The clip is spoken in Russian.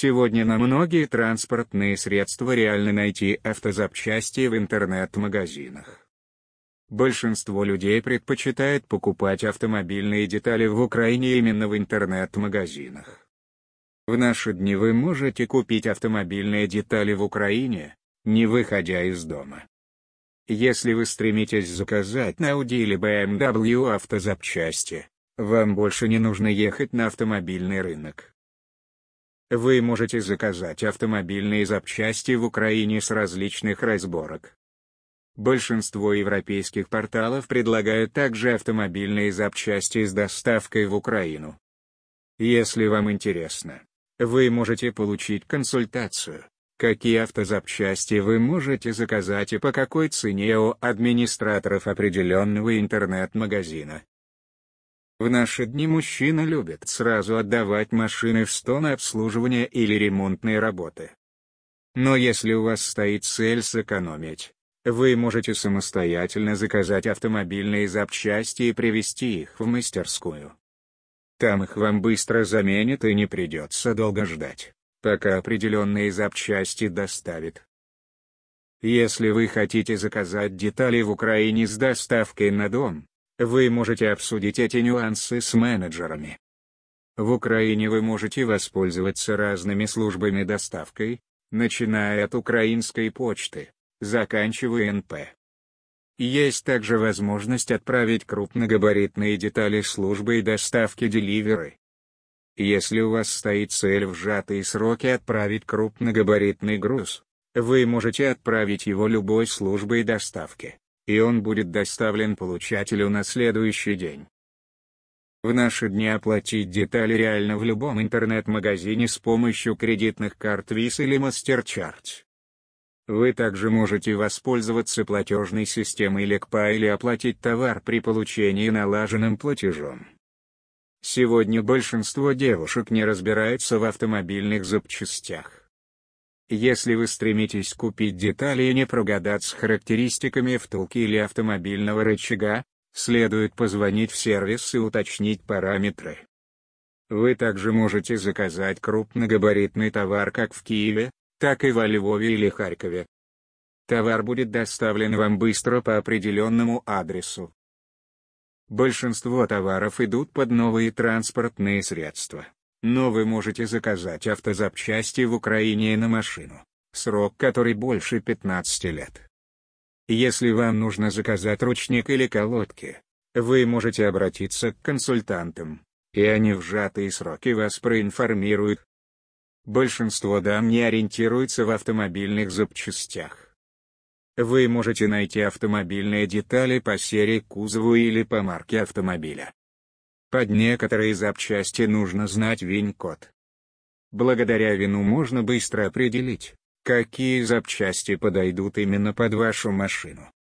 Сегодня на многие транспортные средства реально найти автозапчасти в интернет-магазинах. Большинство людей предпочитает покупать автомобильные детали в Украине именно в интернет-магазинах. В наши дни вы можете купить автомобильные детали в Украине, не выходя из дома. Если вы стремитесь заказать на Audi или BMW автозапчасти, вам больше не нужно ехать на автомобильный рынок. Вы можете заказать автомобильные запчасти в Украине с различных разборок. Большинство европейских порталов предлагают также автомобильные запчасти с доставкой в Украину. Если вам интересно, вы можете получить консультацию, какие автозапчасти вы можете заказать и по какой цене у администраторов определенного интернет-магазина. В наши дни мужчины любят сразу отдавать машины в СТО на обслуживание или ремонтные работы. Но если у вас стоит цель сэкономить, вы можете самостоятельно заказать автомобильные запчасти и привезти их в мастерскую. Там их вам быстро заменят и не придется долго ждать, пока определенные запчасти доставят. Если вы хотите заказать детали в Украине с доставкой на дом, вы можете обсудить эти нюансы с менеджерами. В Украине вы можете воспользоваться разными службами доставкой, начиная от украинской почты, заканчивая НП. Есть также возможность отправить крупногабаритные детали службой доставки Delivery. Если у вас стоит цель в сжатые сроки отправить крупногабаритный груз, вы можете отправить его любой службой доставки, и он будет доставлен получателю на следующий день. В наши дни оплатить детали реально в любом интернет-магазине с помощью кредитных карт Visa или MasterCard. Вы также можете воспользоваться платежной системой LickPay или оплатить товар при получении налаженным платежом. Сегодня большинство девушек не разбирается в автомобильных запчастях. Если вы стремитесь купить детали и не прогадать с характеристиками втулки или автомобильного рычага, следует позвонить в сервис и уточнить параметры. Вы также можете заказать крупногабаритный товар как в Киеве, так и во Львове или Харькове. Товар будет доставлен вам быстро по определенному адресу. Большинство товаров идут под новые транспортные средства. Но вы можете заказать автозапчасти в Украине на машину, срок которой больше 15 лет. Если вам нужно заказать ручник или колодки, вы можете обратиться к консультантам, и они в сжатые сроки вас проинформируют. Большинство дам не ориентируются в автомобильных запчастях. Вы можете найти автомобильные детали по серии кузову или по марке автомобиля. Под некоторые запчасти нужно знать ВИН-код. Благодаря ВИНу можно быстро определить, какие запчасти подойдут именно под вашу машину.